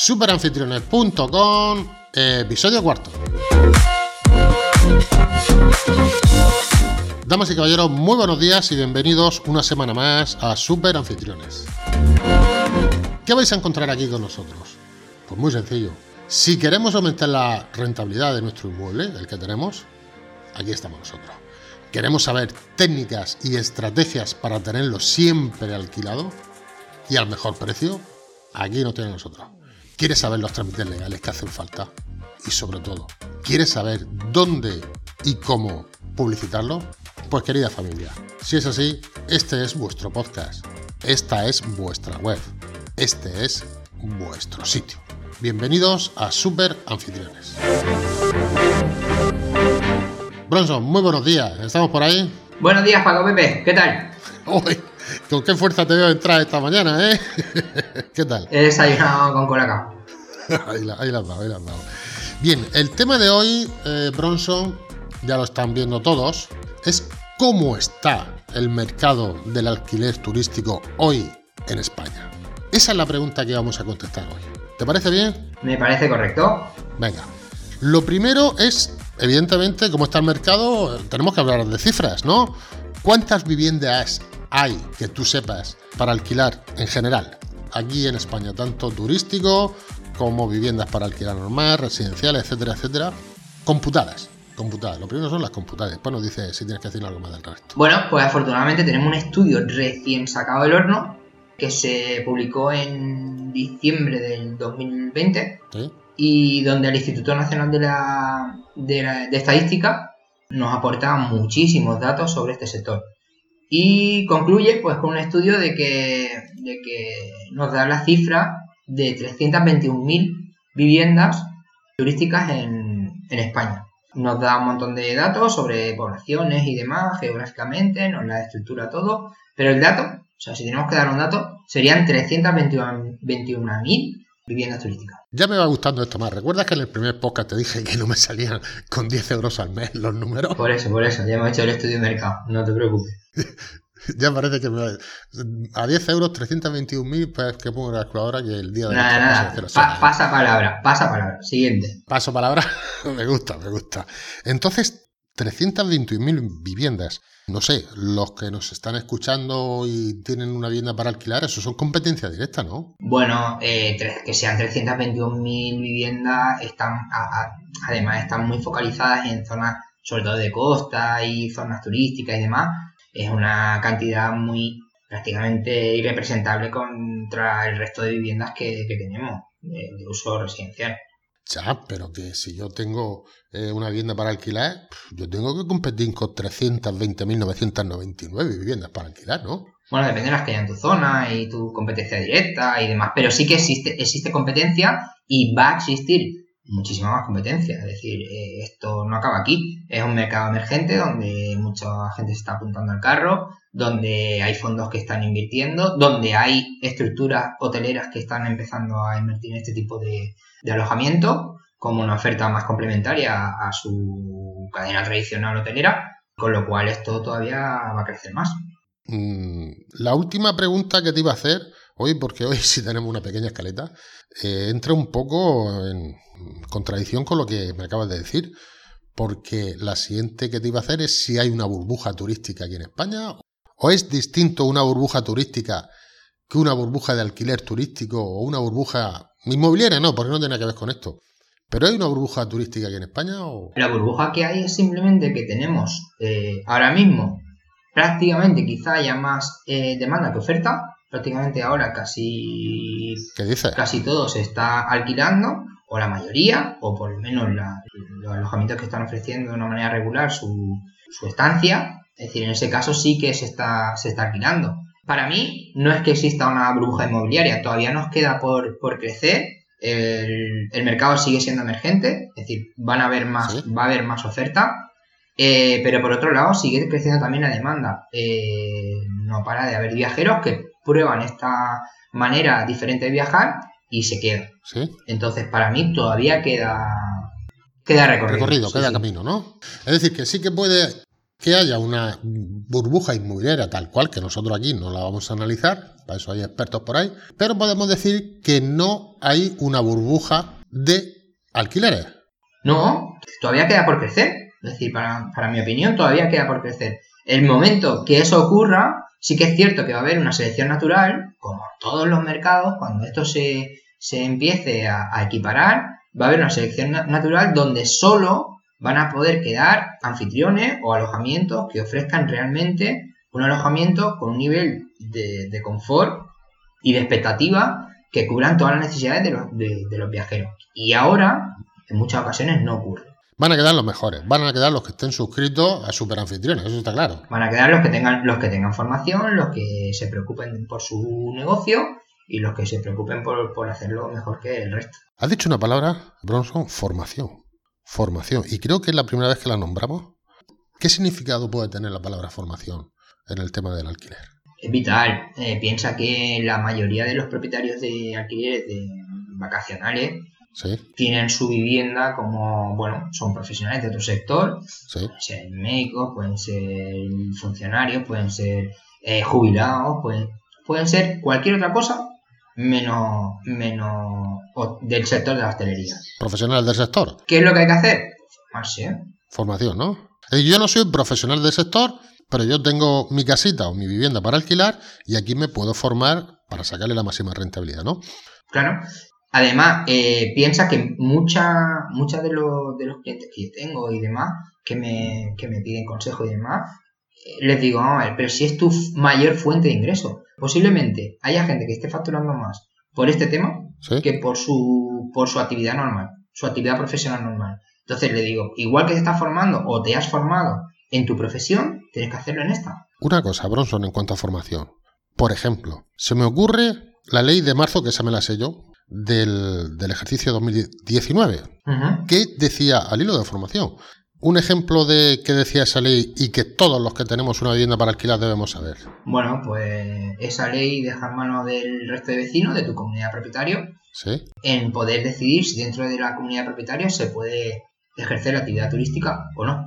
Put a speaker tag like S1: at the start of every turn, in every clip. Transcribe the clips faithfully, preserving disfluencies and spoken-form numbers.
S1: superanfitriones punto com, episodio cuarto. Damas y caballeros, muy buenos días y bienvenidos una semana más a Super Anfitriones. ¿Qué vais a encontrar aquí con nosotros? Pues muy sencillo. Si queremos aumentar la rentabilidad de nuestro inmueble, el que tenemos, aquí estamos nosotros. Queremos saber técnicas y estrategias para tenerlo siempre alquilado y al mejor precio, aquí nos tiene nosotros. ¿Quieres saber los trámites legales que hacen falta? Y sobre todo, ¿quieres saber dónde y cómo publicitarlo? Pues querida familia, si es así, este es vuestro podcast, esta es vuestra web, este es vuestro sitio. Bienvenidos a Super Anfitriones. Bronson, muy buenos días, ¿estamos por ahí?
S2: Buenos días, Paco Pepe, ¿qué tal?
S1: Uy, con qué fuerza te veo entrar esta mañana, ¿eh? ¿Qué tal?
S2: He desayunado con colacao.
S1: Ahí la, ahí la has dado, ahí la has dado. Bien, el tema de hoy, eh, Bronson, ya lo están viendo todos, es cómo está el mercado del alquiler turístico hoy en España. Esa es la pregunta que vamos a contestar hoy. ¿Te parece bien?
S2: Me parece correcto.
S1: Venga. Lo primero es, evidentemente, cómo está el mercado, tenemos que hablar de cifras, ¿no? ¿Cuántas viviendas hay que tú sepas para alquilar en general aquí en España? Tanto turístico como viviendas para alquilar normal, residenciales, etcétera, etcétera. Computadas. Computadas. Lo primero son las computadas. Después nos dice si tienes que decir algo más del resto.
S2: Bueno, pues afortunadamente tenemos un estudio recién sacado del horno que se publicó en diciembre del dos mil veinte.
S1: ¿Sí?
S2: Y donde el Instituto Nacional de, la, de, la, de Estadística nos aporta muchísimos datos sobre este sector. Y concluye pues con un estudio de que, de que nos da la cifra de trescientas veintiún mil viviendas turísticas en, en España. Nos da un montón de datos sobre poblaciones y demás, geográficamente, nos la estructura todo, pero el dato, o sea, si tenemos que dar un dato, serían trescientas veintiún mil viviendas turísticas.
S1: Ya me va gustando esto más. ¿Recuerdas que en el primer podcast te dije que no me salían con diez euros al mes los números?
S2: Por eso, por eso, ya hemos hecho el estudio de mercado, no te preocupes.
S1: Ya parece que me... a diez euros, trescientas veintiún mil, pues que pongo la calculadora que el día de
S2: nada, nada.
S1: Cero,
S2: pa- pasa palabra, pasa palabra. Siguiente.
S1: Paso palabra, me gusta, me gusta. Entonces, trescientas veintiún mil viviendas. No sé, los que nos están escuchando y tienen una vivienda para alquilar, eso son competencia directa, ¿no?
S2: Bueno, eh, que sean trescientas veintiún mil viviendas, están a, a, además están muy focalizadas en zonas, sobre todo de costa y zonas turísticas y demás. Es una cantidad muy prácticamente irrepresentable contra el resto de viviendas que, que tenemos de, de uso residencial.
S1: Ya, pero que si yo tengo eh, una vivienda para alquilar, yo tengo que competir con trescientas veinte mil novecientas noventa y nueve viviendas para alquilar, ¿no?
S2: Bueno, depende de las que haya en tu zona y tu competencia directa y demás, pero sí que existe, existe competencia y va a existir muchísima más competencia. Es decir, eh, esto no acaba aquí. Es un mercado emergente donde mucha gente se está apuntando al carro, donde hay fondos que están invirtiendo, donde hay estructuras hoteleras que están empezando a invertir en este tipo de, de alojamiento como una oferta más complementaria a su cadena tradicional hotelera, con lo cual esto todavía va a crecer más.
S1: Mm, la última pregunta que te iba a hacer hoy, porque hoy sí tenemos una pequeña escaleta, eh, entra un poco en contradicción con lo que me acabas de decir, porque la siguiente que te iba a hacer es si hay una burbuja turística aquí en España, o es distinto una burbuja turística que una burbuja de alquiler turístico o una burbuja inmobiliaria, no, porque no tiene que ver con esto. ¿Pero hay una burbuja turística aquí en España? O...
S2: La burbuja que hay es simplemente que tenemos eh, ahora mismo prácticamente quizá haya más eh, demanda que oferta. Prácticamente ahora casi,
S1: ¿Qué dices?
S2: casi todo se está alquilando, o la mayoría, o por lo menos la, los alojamientos que están ofreciendo de una manera regular su, su estancia. Es decir, en ese caso sí que se está, se está alquilando. Para mí no es que exista una burbuja inmobiliaria, todavía nos queda por, por crecer. El, el mercado sigue siendo emergente, es decir, van a haber más, ¿sí? va a haber más oferta. Eh, pero por otro lado sigue creciendo también la demanda. Eh, no para de haber viajeros que prueban esta manera diferente de viajar y se quedan.
S1: ¿Sí?
S2: Entonces para mí todavía queda, queda recorrido.
S1: Recorrido,
S2: sí,
S1: queda
S2: sí.
S1: camino, ¿no? Es decir, que sí que puede que haya una burbuja inmobiliaria tal cual, que nosotros aquí no la vamos a analizar, para eso hay expertos por ahí, pero podemos decir que no hay una burbuja de alquileres.
S2: No, todavía queda por crecer. Es decir, para, para mi opinión, todavía queda por crecer. El momento que eso ocurra, sí que es cierto que va a haber una selección natural, como en todos los mercados, cuando esto se, se empiece a, a equiparar, va a haber una selección na- natural donde solo van a poder quedar anfitriones o alojamientos que ofrezcan realmente un alojamiento con un nivel de, de confort y de expectativa que cubran todas las necesidades de los, de, de los viajeros. Y ahora, en muchas ocasiones, no ocurre.
S1: Van a quedar los mejores, van a quedar los que estén suscritos a Superanfitriones, eso está claro.
S2: Van a quedar los que tengan, los que tengan formación, los que se preocupen por su negocio y los que se preocupen por, por hacerlo mejor que el resto.
S1: Has dicho una palabra, Bronson, formación. Formación. Y creo que es la primera vez que la nombramos. ¿Qué significado puede tener la palabra formación en el tema del alquiler?
S2: Es vital. Eh, piensa que la mayoría de los propietarios de alquileres de vacacionales
S1: Sí,
S2: tienen su vivienda como, bueno, son profesionales de otro sector,
S1: sí.
S2: pueden ser médicos, pueden ser funcionarios, pueden ser eh, jubilados, pueden, pueden ser cualquier otra cosa menos, menos o del sector de la hostelería.
S1: Profesionales del sector.
S2: ¿Qué es lo que hay que hacer? Formarse, ¿eh?
S1: Formación, ¿no? Es decir, yo no soy profesional del sector, pero yo tengo mi casita o mi vivienda para alquilar y aquí me puedo formar para sacarle la máxima rentabilidad, ¿no?
S2: Claro. Además, eh, piensa que muchas muchas de los, de los clientes que yo tengo y demás, que me, que me piden consejo y demás, eh, les digo, vamos a ver, pero si es tu f- mayor fuente de ingreso, posiblemente haya gente que esté facturando más por este tema
S1: Sí.
S2: que por su, por su actividad normal, su actividad profesional normal. Entonces le digo, igual que te estás formando o te has formado en tu profesión, tienes que hacerlo en esta.
S1: Una cosa, Bronson, en cuanto a formación. Por ejemplo, se me ocurre la ley de marzo, que esa me la sé yo, del, del ejercicio dos mil diecinueve.
S2: Uh-huh.
S1: ¿Qué decía al hilo de formación? Un ejemplo de qué decía esa ley y que todos los que tenemos una vivienda para alquilar debemos saber.
S2: Bueno, pues esa ley deja en manos del resto de vecinos de tu comunidad de propietarios
S1: ¿Sí?
S2: en poder decidir si dentro de la comunidad de propietarios se puede ejercer la actividad turística o no.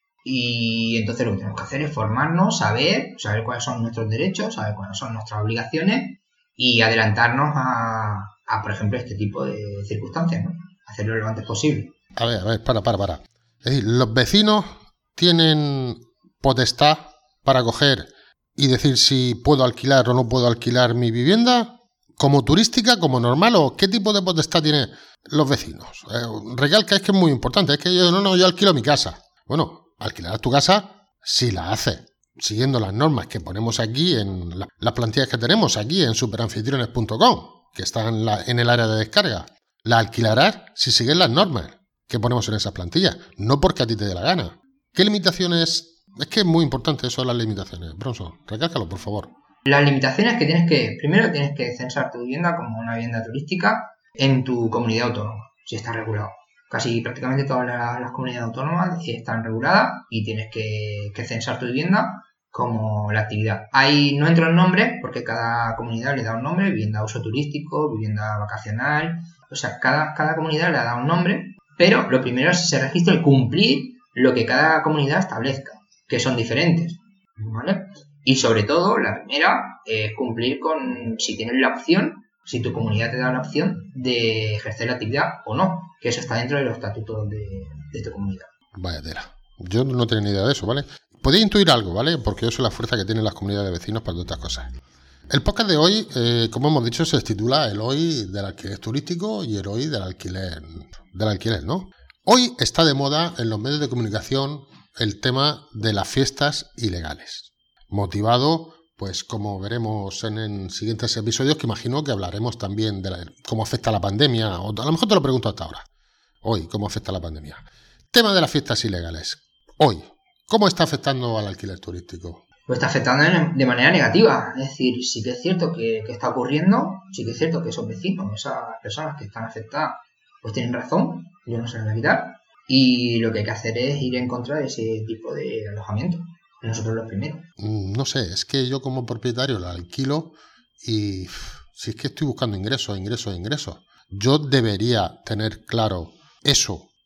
S2: Y entonces lo que tenemos que hacer es formarnos, saber, saber cuáles son nuestros derechos, saber cuáles son nuestras obligaciones y adelantarnos a, a por ejemplo, este tipo de circunstancias, ¿no? Hacerlo lo antes posible.
S1: A ver, a ver, para, para, para. Es decir, los vecinos tienen potestad para coger y decir si puedo alquilar o no puedo alquilar mi vivienda, como turística, como normal, o qué tipo de potestad tienen los vecinos. Eh, recalca, es que es muy importante, es que yo no, no, yo alquilo mi casa. Bueno, alquilar tu casa si la haces siguiendo las normas que ponemos aquí en la, las plantillas que tenemos aquí en superanfitriones punto com, que están en, la, en el área de descarga. La alquilarás si sigues las normas que ponemos en esas plantillas, no porque a ti te dé la gana. ¿Qué limitaciones? Es que es muy importante eso de las limitaciones. Bronson, recálcalo, por favor.
S2: Las limitaciones que tienes que, primero tienes que censar tu vivienda como una vivienda turística en tu comunidad autónoma, si está regulado. Casi prácticamente todas las, las comunidades autónomas están reguladas y tienes que, que censar tu vivienda como la actividad. Ahí no entro en nombre porque cada comunidad le da un nombre, vivienda de uso turístico, vivienda vacacional, o sea, cada, cada comunidad le da un nombre, pero lo primero es que se registre el cumplir lo que cada comunidad establezca, que son diferentes, ¿vale? Y sobre todo, la primera es cumplir con, si tienes la opción, si tu comunidad te da la opción de ejercer la actividad o no, que eso está dentro de los estatutos de, de tu comunidad.
S1: Vaya tela. Yo no tenía ni idea de eso, ¿vale? Podéis intuir algo, ¿vale? Porque yo soy la fuerza que tienen las comunidades de vecinos para otras cosas. El podcast de hoy, eh, como hemos dicho, se titula El hoy del alquiler turístico y el hoy del alquiler, del alquiler, ¿no? Hoy está de moda en los medios de comunicación el tema de las fiestas ilegales, motivado, pues como veremos en, en siguientes episodios, que imagino que hablaremos también de la, cómo afecta la pandemia, o a lo mejor te lo pregunto hasta ahora, hoy, cómo afecta la pandemia. Tema de las fiestas ilegales, hoy, ¿cómo está afectando al alquiler turístico?
S2: Pues está afectando de manera negativa, es decir, sí que es cierto que, que está ocurriendo, sí que es cierto que esos vecinos, esas personas que están afectadas, pues tienen razón, yo no se las voy a quitar, y lo que hay que hacer es ir en contra de ese tipo de alojamiento. Nosotros los primeros.
S1: No sé, es que yo como propietario la alquilo y si es que estoy buscando ingresos, ingresos, ingresos. Yo debería tener claro eso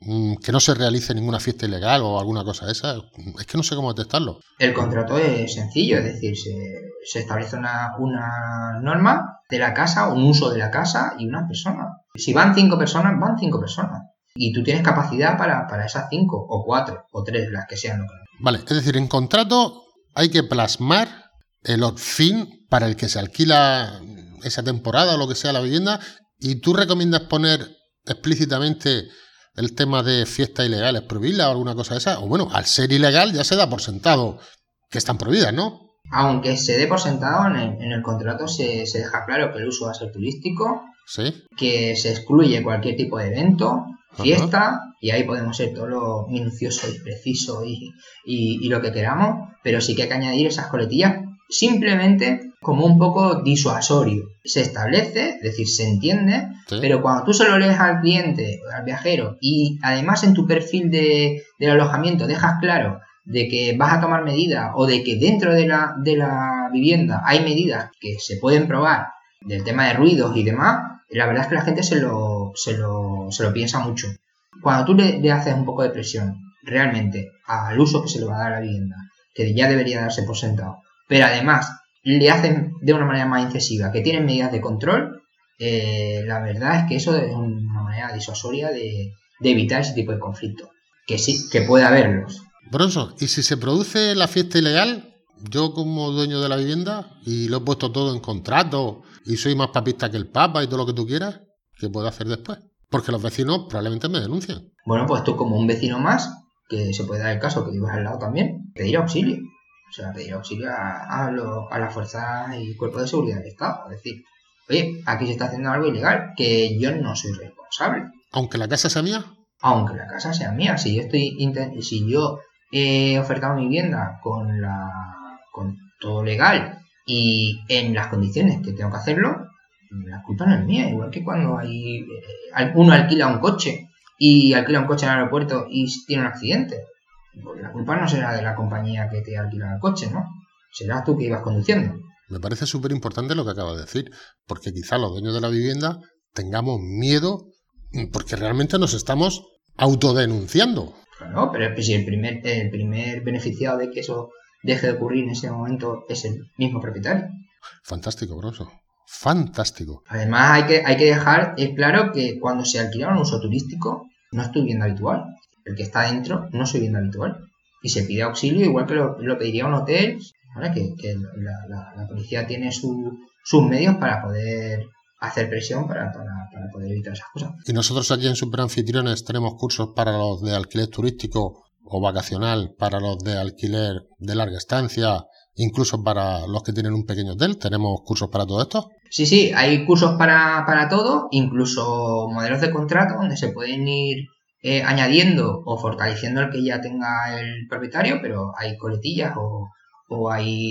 S1: que no se realice ninguna fiesta ilegal o alguna cosa de esa? Es que no sé cómo detectarlo.
S2: El contrato es sencillo, es decir, se, se establece una, una norma de la casa, un uso de la casa y una persona. Si van cinco personas, van cinco personas. Y tú tienes capacidad para, para esas cinco, o cuatro, o tres, las que sean. Lo que...
S1: Vale, es decir, en contrato hay que plasmar el fin para el que se alquila esa temporada o lo que sea la vivienda, y tú recomiendas poner explícitamente el tema de fiestas ilegales, prohibirlas o alguna cosa de esa, o bueno, al ser ilegal ya se da por sentado que están prohibidas, ¿no?
S2: Aunque se dé por sentado, en el, en el contrato se, se deja claro que el uso va a ser turístico,
S1: ¿sí?
S2: Que se excluye cualquier tipo de evento, fiesta, ajá, y ahí podemos ser todo lo minucioso y preciso y, y, y lo que queramos, pero sí que hay que añadir esas coletillas simplemente como un poco disuasorio. Se establece, es decir, se entiende, ¿sí? Pero cuando tú se lo lees al cliente, al viajero, y además en tu perfil de, del alojamiento dejas claro de que vas a tomar medidas o de que dentro de la, de la vivienda hay medidas que se pueden probar del tema de ruidos y demás, la verdad es que la gente se lo, se lo, se lo piensa mucho. Cuando tú le, le haces un poco de presión realmente al uso que se le va a dar a la vivienda, que ya debería darse por sentado, pero además le hacen de una manera más incisiva, que tienen medidas de control, eh, la verdad es que eso es una manera disuasoria de, de evitar ese tipo de conflictos. Que sí, que puede haberlos.
S1: Bronson, ¿y si se produce la fiesta ilegal? Yo como dueño de la vivienda, y lo he puesto todo en contrato, y soy más papista que el Papa y todo lo que tú quieras, ¿qué puedo hacer después? Porque los vecinos probablemente me denuncian.
S2: Bueno, pues tú como un vecino más, que se puede dar el caso que vivas al lado también, pedir auxilio. O sea, pedir auxilio a, a, lo, a las fuerzas y cuerpos de seguridad del Estado. Es decir, oye, aquí se está haciendo algo ilegal, que yo no soy responsable.
S1: ¿Aunque la casa sea mía?
S2: Aunque la casa sea mía. Si yo estoy intent- si yo he ofertado mi vivienda con la con todo legal y en las condiciones que tengo que hacerlo, la culpa no es mía. Igual que cuando hay eh, uno alquila un coche y alquila un coche en el aeropuerto y tiene un accidente, pues la culpa no será de la compañía que te alquila el coche, ¿no? Serás tú que ibas conduciendo.
S1: Me parece súper importante lo que acabas de decir, porque quizá los dueños de la vivienda tengamos miedo porque realmente nos estamos autodenunciando.
S2: Claro, pero si el primer, el primer beneficiado de que eso deje de ocurrir en ese momento es el mismo propietario.
S1: Fantástico, Bronson. Fantástico.
S2: Además hay que, hay que dejar claro que cuando se alquila un uso turístico no es tu vivienda habitual. El que está dentro no es su vivienda habitual. Y se pide auxilio igual que lo, lo pediría un hotel, ¿vale? Que, que la, la, la policía tiene su, sus medios para poder hacer presión para, para, para poder evitar esas cosas.
S1: Y nosotros aquí en Superanfitriones tenemos cursos para los de alquiler turístico o vacacional, para los de alquiler de larga estancia, incluso para los que tienen un pequeño hotel. ¿Tenemos cursos para todo esto?
S2: Sí, sí, hay cursos para, para todo, incluso modelos de contrato donde se pueden ir eh, añadiendo o fortaleciendo el que ya tenga el propietario, pero hay coletillas o, o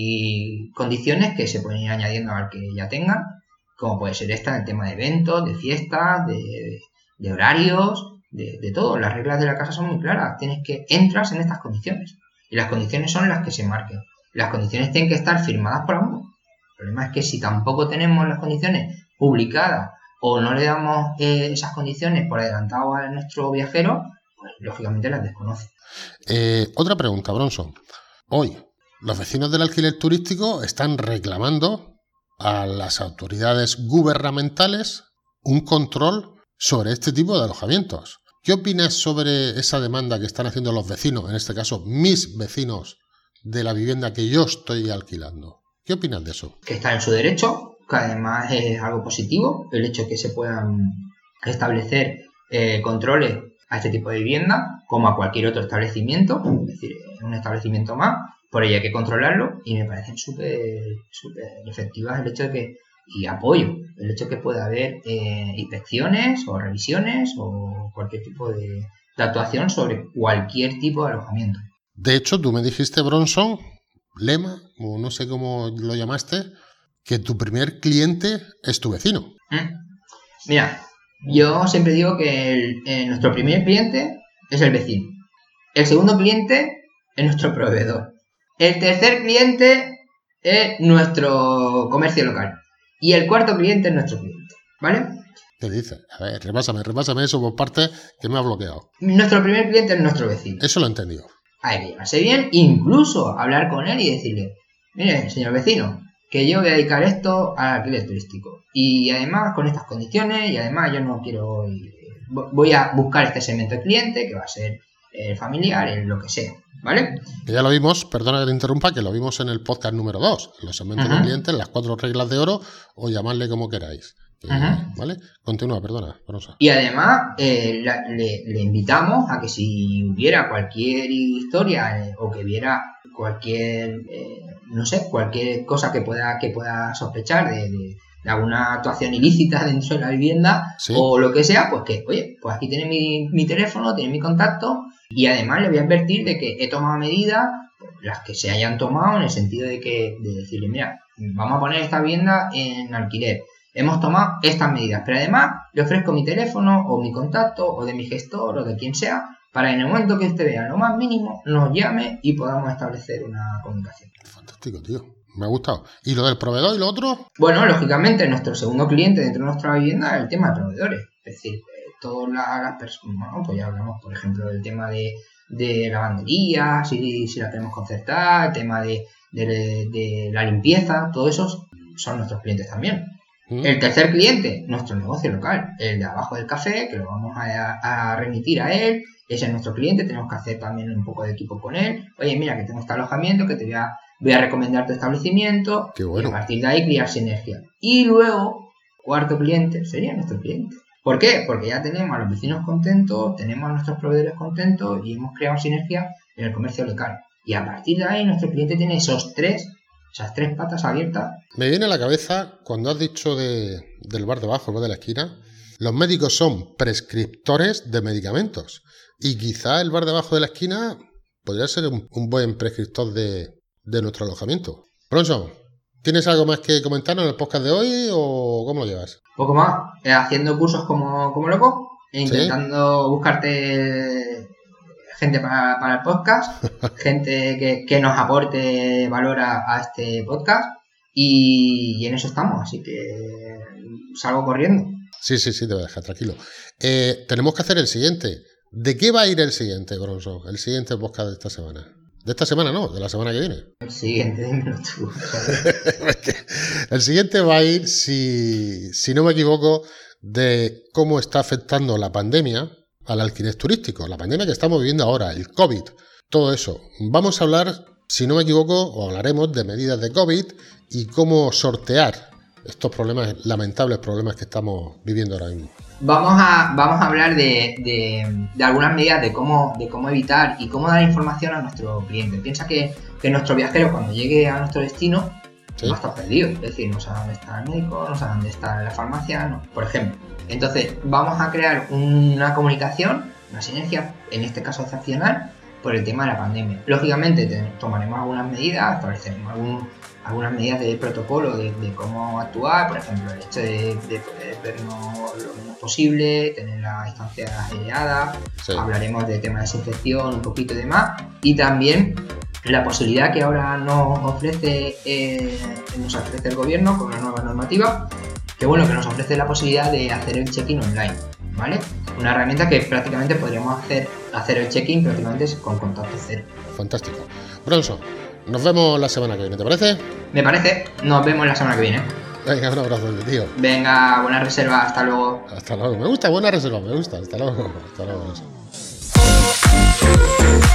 S2: hay condiciones que se pueden ir añadiendo al que ya tengan, como puede ser esta en el tema de eventos, de fiestas, de, de, de horarios, de, de todo. Las reglas de la casa son muy claras. Tienes que entras en estas condiciones y las condiciones son las que se marquen. Las condiciones tienen que estar firmadas por ambos. El problema es que si tampoco tenemos las condiciones publicadas o no le damos eh, esas condiciones por adelantado a nuestro viajero, pues lógicamente las desconoce.
S1: Eh, otra pregunta, Bronson. Hoy, los vecinos del alquiler turístico están reclamando a las autoridades gubernamentales un control sobre este tipo de alojamientos. ¿Qué opinas sobre esa demanda que están haciendo los vecinos, en este caso mis vecinos, de la vivienda que yo estoy alquilando? ¿Qué opinas de eso?
S2: Que está en su derecho, que además es algo positivo, el hecho de que se puedan establecer eh, controles a este tipo de vivienda, como a cualquier otro establecimiento, es decir, un establecimiento más, por ello hay que controlarlo y me parecen súper súper efectivas el hecho de que, y apoyo, el hecho de que pueda haber eh, inspecciones o revisiones o cualquier tipo de, de actuación sobre cualquier tipo de alojamiento.
S1: De hecho, tú me dijiste, Bronson, lema, o no sé cómo lo llamaste, que tu primer cliente es tu vecino.
S2: ¿Mm? Mira, yo siempre digo que el, eh, nuestro primer cliente es el vecino. El segundo cliente es nuestro proveedor. El tercer cliente es nuestro comercio local. Y el cuarto cliente es nuestro cliente, ¿vale?
S1: ¿Qué dices? A ver, repásame, repásame eso por partes que me ha bloqueado.
S2: Nuestro primer cliente es nuestro vecino.
S1: Eso lo he entendido.
S2: Hay que llevarse bien, incluso hablar con él y decirle, mire, señor vecino, que yo voy a dedicar esto al alquiler turístico. Y además con estas condiciones, y además yo no quiero... Voy a buscar este segmento de cliente, que va a ser el familiar, el lo que sea, ¿vale?
S1: Que ya lo vimos, perdona que te interrumpa, que lo vimos en el podcast número dos, los segmentos uh-huh. de clientes, las cuatro reglas de oro, o llamadle como queráis. Uh-huh. ¿Vale? Continúa, perdona, Bronson.
S2: Y además eh, la, le, le invitamos a que si hubiera cualquier historia eh, o que viera cualquier, eh, no sé, cualquier cosa que pueda que pueda sospechar de, de, de alguna actuación ilícita dentro de la vivienda, ¿sí?, o lo que sea, pues que, oye, pues aquí tiene mi, mi teléfono, tiene mi contacto, y además le voy a advertir de que he tomado medidas, las que se hayan tomado, en el sentido de que de decirle, mira, vamos a poner esta vivienda en alquiler. Hemos tomado estas medidas, pero además le ofrezco mi teléfono o mi contacto o de mi gestor o de quien sea para en el momento que usted vea lo más mínimo nos llame y podamos establecer una comunicación.
S1: Fantástico, tío. Me ha gustado. ¿Y lo del proveedor y lo otro?
S2: Bueno, lógicamente nuestro segundo cliente dentro de nuestra vivienda es el tema de proveedores. Es decir, todas las personas, bueno, pues ya hablamos, por ejemplo, del tema de, de lavandería, si, si la queremos concertar, el tema de, de, de la limpieza, todos esos son nuestros clientes también. El tercer cliente, nuestro negocio local, el de abajo del café, que lo vamos a, a remitir a él, ese es nuestro cliente, tenemos que hacer también un poco de equipo con él. Oye, mira que tengo este alojamiento, que te voy a, voy a recomendar tu establecimiento.
S1: Qué bueno.
S2: Y a partir de ahí crear sinergia. Y luego, cuarto cliente, sería nuestro cliente. ¿Por qué? Porque ya tenemos a los vecinos contentos, tenemos a nuestros proveedores contentos y hemos creado sinergia en el comercio local. Y a partir de ahí nuestro cliente tiene esos tres Esas tres patas abiertas.
S1: Me viene a la cabeza, cuando has dicho de, del bar de abajo, el bar de la esquina, los médicos son prescriptores de medicamentos. Y quizá el bar de abajo de la esquina podría ser un, un buen prescriptor de, de nuestro alojamiento. Bronson, ¿tienes algo más que comentar en el podcast de hoy o cómo lo llevas?
S2: Poco más. Eh, haciendo cursos como, como loco, e intentando ¿sí? buscarte... gente para, para el podcast, gente que, que nos aporte valor a, a este podcast y, y en eso estamos, así que salgo corriendo.
S1: Sí, sí, sí, te voy a dejar tranquilo. Eh, tenemos que hacer el siguiente. ¿De qué va a ir el siguiente, Bronson? El siguiente podcast de esta semana. De esta semana no, de la semana que viene.
S2: El siguiente, dímelo tú.
S1: El siguiente va a ir, si, si no me equivoco, de cómo está afectando la pandemia al alquiler turístico, la pandemia que estamos viviendo ahora, el COVID, todo eso. Vamos a hablar, si no me equivoco, o hablaremos de medidas de COVID y cómo sortear estos problemas, lamentables problemas que estamos viviendo ahora mismo.
S2: Vamos a, vamos a hablar de, de, de algunas medidas de cómo, de cómo evitar y cómo dar información a nuestro cliente. Piensa que, que nuestro viajero, cuando llegue a nuestro destino, ¿sí? va a estar perdido. Es decir, no sabe dónde está el médico, no sabe dónde está la farmacia, no, por ejemplo. Entonces, vamos a crear una comunicación, una sinergia, en este caso excepcional, por el tema de la pandemia. Lógicamente, te, tomaremos algunas medidas, estableceremos algún, algunas medidas de protocolo de, de cómo actuar, por ejemplo, el hecho de, de poder vernos lo menos posible, tener las distancias aireadas, sí. hablaremos de tema de desinfección, un poquito de más, y también la posibilidad que ahora nos ofrece, eh, nos ofrece el gobierno con la nueva normativa, que bueno, que nos ofrece la posibilidad de hacer el check-in online, ¿vale? Una herramienta que prácticamente podríamos hacer, hacer el check-in prácticamente con contacto cero.
S1: Fantástico. Bronson, nos vemos la semana que viene, ¿te parece?
S2: Me parece, nos vemos la semana que viene.
S1: Venga, un abrazo, tío.
S2: Venga, buena reserva, hasta luego.
S1: Hasta luego, me gusta, buena reserva, me gusta, hasta luego. Hasta luego.